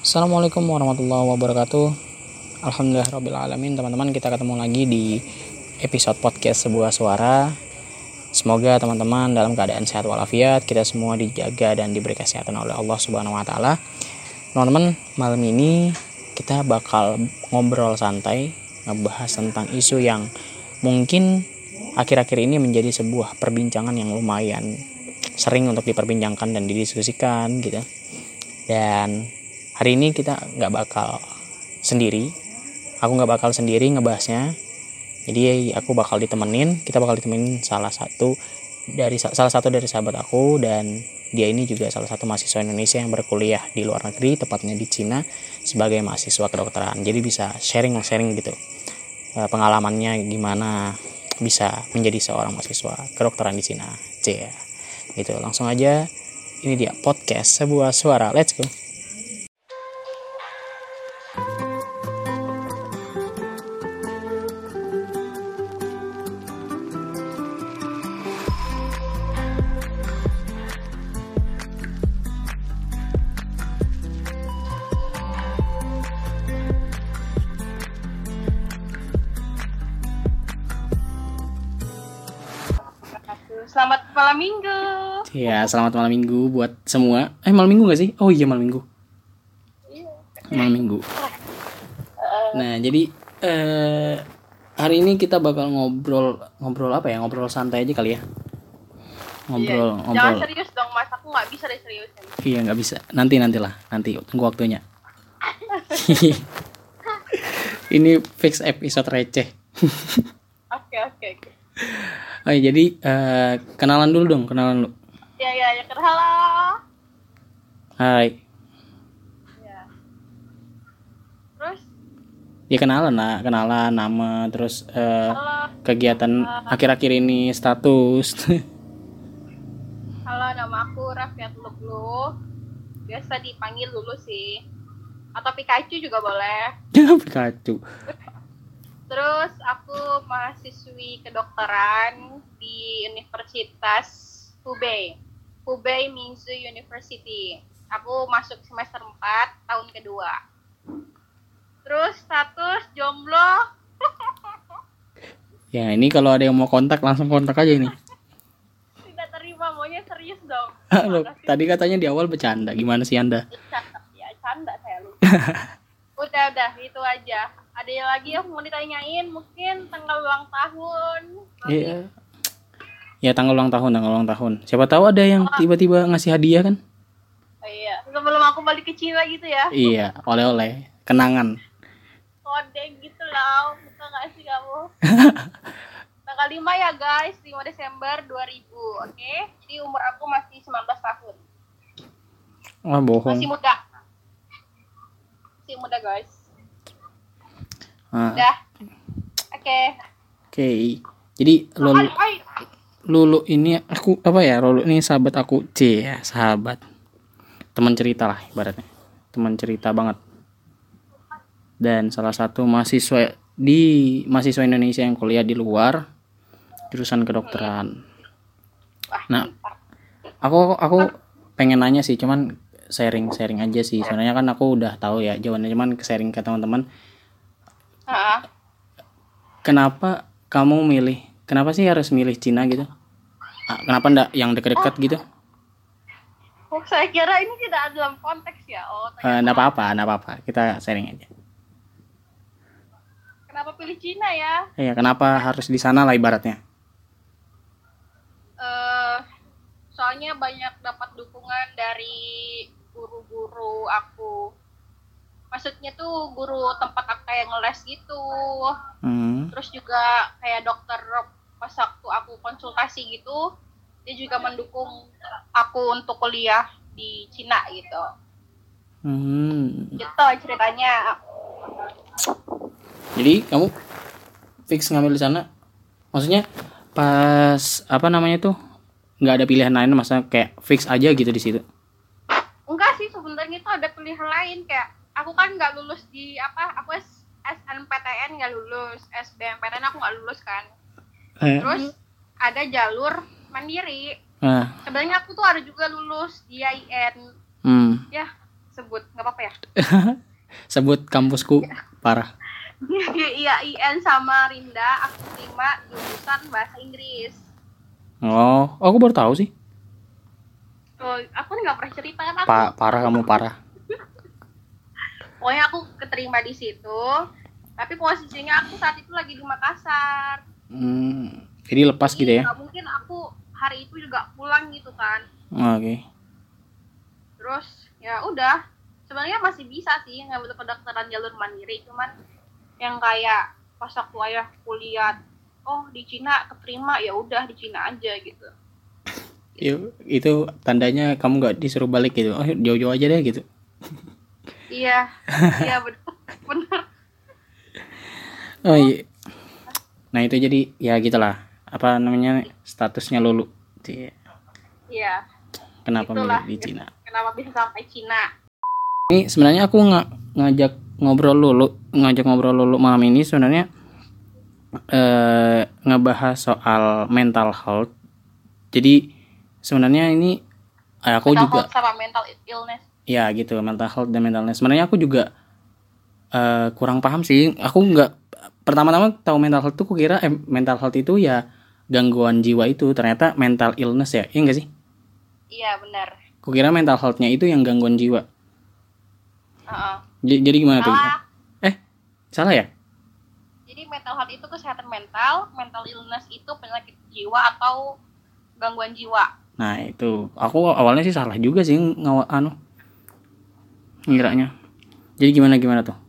Assalamualaikum warahmatullahi wabarakatuh. Alhamdulillahirrabbilalamin. Teman-teman, kita ketemu lagi di episode podcast Sebuah Suara. Semoga teman-teman dalam keadaan sehat walafiat, kita semua dijaga dan diberi kesehatan oleh Allah Subhanahu wa taala. Teman-teman, malam ini kita bakal ngobrol santai, ngebahas tentang isu yang mungkin akhir-akhir ini menjadi sebuah perbincangan yang lumayan sering untuk diperbincangkan dan didiskusikan gitu. Dan hari ini kita nggak bakal sendiri, aku nggak bakal sendiri ngebahasnya. Jadi kita bakal ditemenin salah satu dari sahabat aku, dan dia ini juga salah satu mahasiswa Indonesia yang berkuliah di luar negeri, tepatnya di Cina sebagai mahasiswa kedokteran. Jadi bisa sharing gitu pengalamannya gimana bisa menjadi seorang mahasiswa kedokteran di Cina. Gitu, langsung aja, ini dia podcast Sebuah Suara, let's go. Selamat malam minggu. Ya, selamat malam minggu buat semua. Malam minggu gak sih? Oh iya, malam minggu. Malam minggu. Nah, jadi hari ini kita bakal ngobrol apa ya? Ngobrol santai aja kali ya. Ngobrol. Jangan serius dong, Mas. Aku nggak bisa deh seriusin. Iya, nggak bisa. Nanti tunggu waktunya. Ini fix episode receh. Oke. Oh, jadi kenalan dulu dong, lu. Ya, halo. Hai. Ya. Terus? Ya kenalan nama, terus kegiatan akhir-akhir ini, status. Halo, nama aku Rafiat Lulu. Biasa dipanggil Lulu sih. Atau Pikachu juga boleh. Pikachu. Terus aku mahasiswi kedokteran di Universitas Hubei Minzu University. Aku masuk semester 4 tahun kedua. Terus status jomblo. Ya, ini kalau ada yang mau kontak langsung kontak aja ini. Tidak terima, maunya serius dong. Loh, tadi katanya di awal bercanda. Gimana sih Anda? Ya, canda saya lupa. Udah itu aja. Ada yang lagi yang mau ditanyain? Mungkin tanggal ulang tahun. Iya. Ya, tanggal ulang tahun. Siapa tahu ada yang tiba-tiba ngasih hadiah kan? Oh, iya. Sebelum aku balik ke Cina gitu ya. Iya, oleh-oleh, kenangan. Kode gitu lah. Bisa gak sih kamu? Tanggal 5 ya guys, 5 Desember 2000. Oke? Jadi umur aku masih 19 tahun. Wah, bohong. Masih muda guys. Ah. Udah. Oke. Jadi Lulu ini Lulu ini sahabat aku, sahabat. Teman cerita lah ibaratnya. Teman cerita banget. Dan salah satu mahasiswa Indonesia yang kuliah di luar jurusan kedokteran. Nah, aku pengen nanya sih, cuman sharing aja sih. Sebenarnya kan aku udah tahu ya jawabannya, cuman sharing ke teman-teman. Kenapa sih harus milih Cina gitu? Kenapa enggak yang dekat-dekat gitu? Saya kira ini tidak dalam konteks ya. Enggak apa-apa. Kita sharing aja. Kenapa pilih Cina ya? Iya, kenapa harus di sana lah ibaratnya? Soalnya banyak dapat dukungan dari guru-guru aku. Maksudnya tuh guru tempat aku kayak ngeles gitu. Terus juga kayak dokter pas waktu aku konsultasi gitu, dia juga mendukung aku untuk kuliah di Cina gitu. Gitu ceritanya. Jadi kamu fix ngambil di sana? Maksudnya pas nggak ada pilihan lain, masa kayak fix aja gitu di situ? Enggak sih, sebenarnya itu ada pilihan lain. Kayak aku kan nggak lulus di aku SNPTN nggak lulus, SBMPTN aku nggak lulus kan. Terus ada jalur mandiri. Sebenarnya aku tuh ada juga lulus di IAIN. Ya, sebut nggak apa-apa ya? Sebut kampusku parah. Iya, IN sama Rinda aku terima jurusan bahasa Inggris. Oh, aku baru tahu sih. Oh, aku nggak pernah cerita kan aku. Parah kamu parah. Pokoknya aku keterima di situ, tapi posisinya aku saat itu lagi di Makassar. Jadi lepas gitu ya? Nggak mungkin aku hari itu juga pulang gitu kan. Oke. Terus ya udah, sebenarnya masih bisa sih ngambil pendaftaran jalur mandiri, cuman yang kayak pas waktu ayah kuliah, oh di Cina keterima, ya udah di Cina aja gitu. Itu tandanya kamu nggak disuruh balik gitu. Oh jauh-jauh aja deh gitu. Iya benar. Oh iya. Nah itu jadi ya gitulah, apa namanya, statusnya lulu. Iya. Kenapa Itulah, milih di Cina? Kenapa bisa sampai Cina? Ini sebenarnya aku ngajak ngobrol lulu malam ini sebenarnya ngebahas soal mental health. Jadi sebenarnya ini aku mental juga health sama mental illness. Ya gitu, mental health dan mental illness. Sebenarnya aku juga kurang paham sih. Aku nggak pertama-tama tahu mental health tuh, kukira mental health itu ya gangguan jiwa itu. Ternyata mental illness ya, iya nggak sih? Iya benar. Kukira mental health-nya itu yang gangguan jiwa. Jadi gimana tuh? Salah ya? Jadi mental health itu kesehatan mental illness itu penyakit jiwa atau gangguan jiwa. Nah itu, aku awalnya sih salah juga sih ngiranya. Jadi gimana tuh?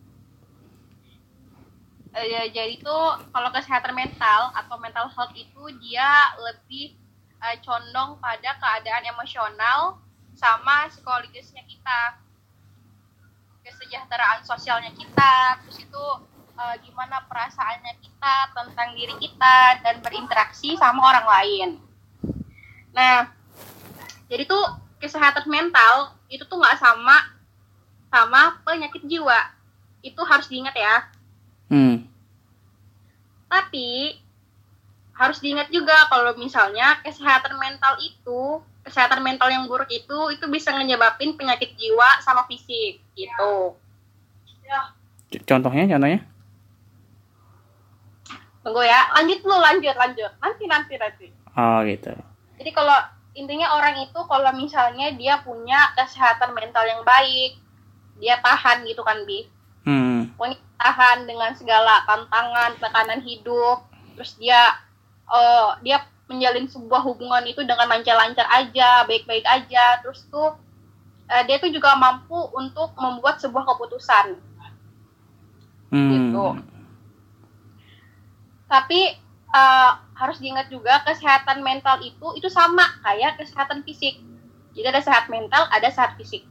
Jadi tuh kalau kesehatan mental atau mental health itu dia lebih condong pada keadaan emosional sama psikologisnya kita, kesejahteraan sosialnya kita, terus itu gimana perasaannya kita tentang diri kita dan berinteraksi sama orang lain. Nah, jadi tuh kesehatan mental itu tuh nggak sama penyakit jiwa. Itu harus diingat ya. Tapi harus diingat juga kalau misalnya kesehatan mental yang buruk itu bisa menyebabin penyakit jiwa sama fisik gitu. Ya. Contohnya? Tunggu ya, lanjut. Nanti. Oh gitu. Jadi kalau intinya orang itu kalau misalnya dia punya kesehatan mental yang baik, dia tahan gitu kan, Bi. Pokoknya tahan dengan segala tantangan, tekanan hidup, terus dia menjalin sebuah hubungan itu dengan lancar-lancar aja, baik-baik aja, terus tuh dia tuh juga mampu untuk membuat sebuah keputusan. Gitu. Tapi harus diingat juga kesehatan mental itu sama kayak kesehatan fisik. Jadi ada sehat mental, ada sehat fisik.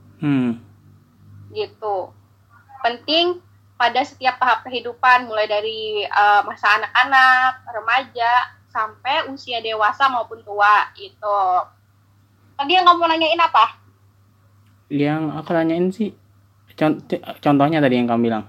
Gitu. Penting pada setiap tahap kehidupan, mulai dari masa anak-anak, remaja, sampai usia dewasa maupun tua gitu. Tadi yang kamu nanyain apa? Yang aku nanyain sih contohnya tadi yang kamu bilang.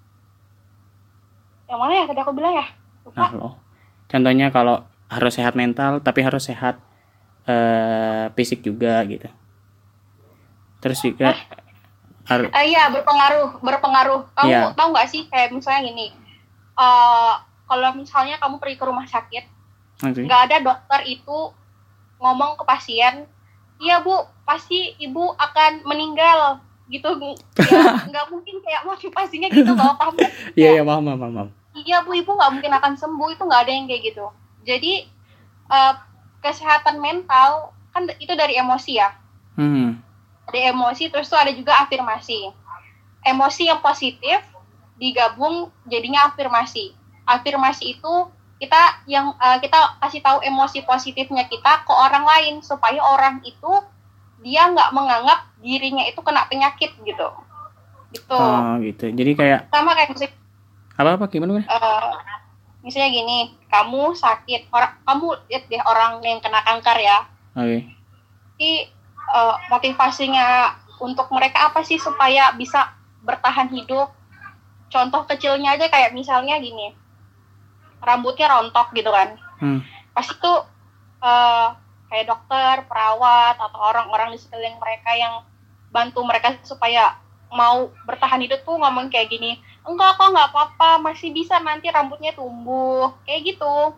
Yang mana ya tadi aku bilang ya? Lupa. Nah loh. Contohnya kalau harus sehat mental tapi harus sehat fisik juga gitu. Terus juga iya berpengaruh. Kamu tahu nggak sih kayak misalnya gini, kalau misalnya kamu pergi ke rumah sakit, nggak ada dokter itu ngomong ke pasien, iya bu, pasti ibu akan meninggal gitu, ya nggak mungkin kayak motivasinya gitu loh, paham? Iya paham. Iya bu, ibu nggak mungkin akan sembuh, itu nggak ada yang kayak gitu. Jadi kesehatan mental kan itu dari emosi ya. Ada emosi, terus tuh ada juga afirmasi. Emosi yang positif digabung jadinya afirmasi. Afirmasi itu kita kasih tahu emosi positifnya kita ke orang lain supaya orang itu dia nggak menganggap dirinya itu kena penyakit gitu. Oh gitu. Jadi kayak sama kayak misalnya gimana? Misalnya gini, kamu sakit, kamu lihat deh orang yang kena kanker ya. Oke. Jadi motivasinya untuk mereka apa sih supaya bisa bertahan hidup? Contoh kecilnya aja kayak misalnya gini, rambutnya rontok gitu kan. Pasti tuh kayak dokter, perawat atau orang-orang di sekeliling mereka yang bantu mereka supaya mau bertahan hidup tuh ngomong kayak gini, enggak kok, nggak apa-apa, masih bisa nanti rambutnya tumbuh kayak gitu.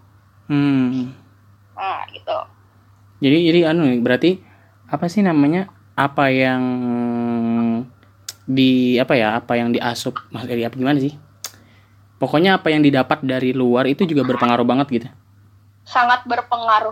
Nah gitu. Jadi berarti apa sih namanya, apa yang diasup mas dari apa gimana sih, pokoknya apa yang didapat dari luar itu juga berpengaruh banget gitu. Sangat berpengaruh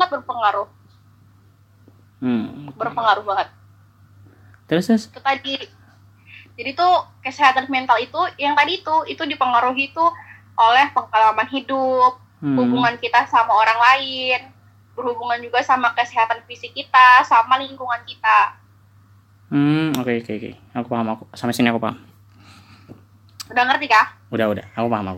berpengaruh banget. Terus itu tadi, jadi tuh kesehatan mental itu yang tadi itu dipengaruhi tuh oleh pengalaman hidup, hubungan kita sama orang lain, berhubungan juga sama kesehatan fisik kita, sama lingkungan kita. Oke. Aku paham, sampai sini aku paham. Udah ngerti kah? Udah, aku paham.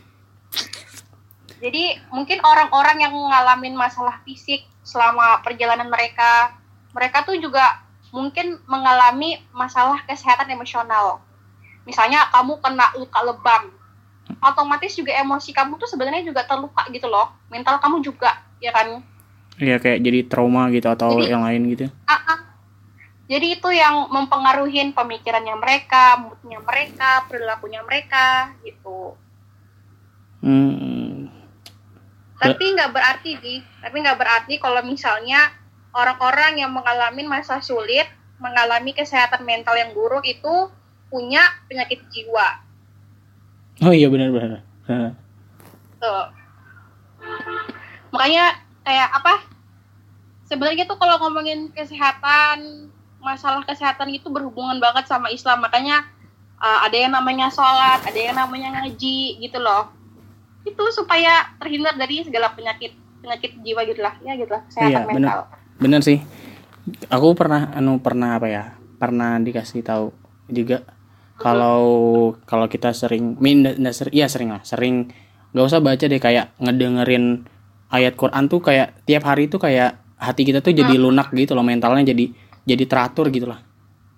Jadi mungkin orang-orang yang ngalamin masalah fisik selama perjalanan mereka tuh juga mungkin mengalami masalah kesehatan emosional. Misalnya kamu kena luka lebam, otomatis juga emosi kamu tuh sebenarnya juga terluka gitu loh, mental kamu juga, ya kan? Iya, kayak jadi trauma gitu atau jadi, yang lain gitu. Jadi itu yang mempengaruhi pemikirannya mereka, moodnya mereka, perilakunya mereka gitu. Tapi nggak berarti kalau misalnya orang-orang yang mengalami masa sulit, mengalami kesehatan mental yang buruk itu punya penyakit jiwa. Oh iya, benar. Tuh. Makanya kayak apa? Sebenarnya tuh kalau ngomongin kesehatan, masalah kesehatan itu berhubungan banget sama Islam. Makanya ada yang namanya sholat, ada yang namanya ngaji gitu loh. Itu supaya terhindar dari segala penyakit jiwa gitulah, ya gitulah, kesehatan mental. Bener sih. Aku pernah dikasih tahu juga kalau kita sering nggak usah baca deh, kayak ngedengerin ayat Quran tuh kayak tiap hari tuh kayak hati kita tuh jadi lunak gitu loh, mentalnya jadi teratur gitu lah.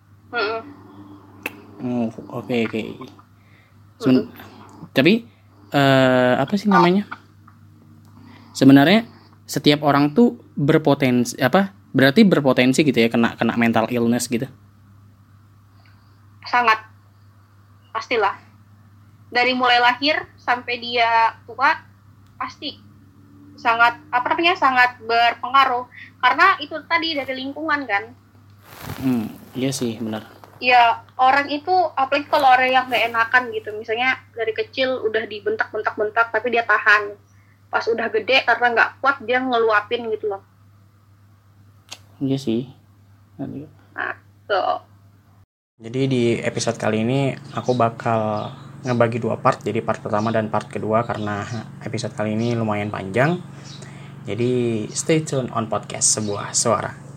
Oke. Tapi apa sih namanya? Sebenarnya setiap orang tuh berarti berpotensi gitu ya kena mental illness gitu. Sangat, pastilah. Dari mulai lahir sampai dia tua pasti sangat berpengaruh, karena itu tadi dari lingkungan kan. Iya sih, benar. Ya, orang itu apalagi kalau orang yang gak enakan gitu, misalnya dari kecil udah dibentak tapi dia tahan, pas udah gede karena gak kuat dia ngeluapin gitu loh. Iya sih. Nah, tuh. Jadi di episode kali ini aku bakal ngebagi 2 part, jadi part pertama dan part kedua, karena episode kali ini lumayan panjang. Jadi stay tune on podcast Sebuah Suara.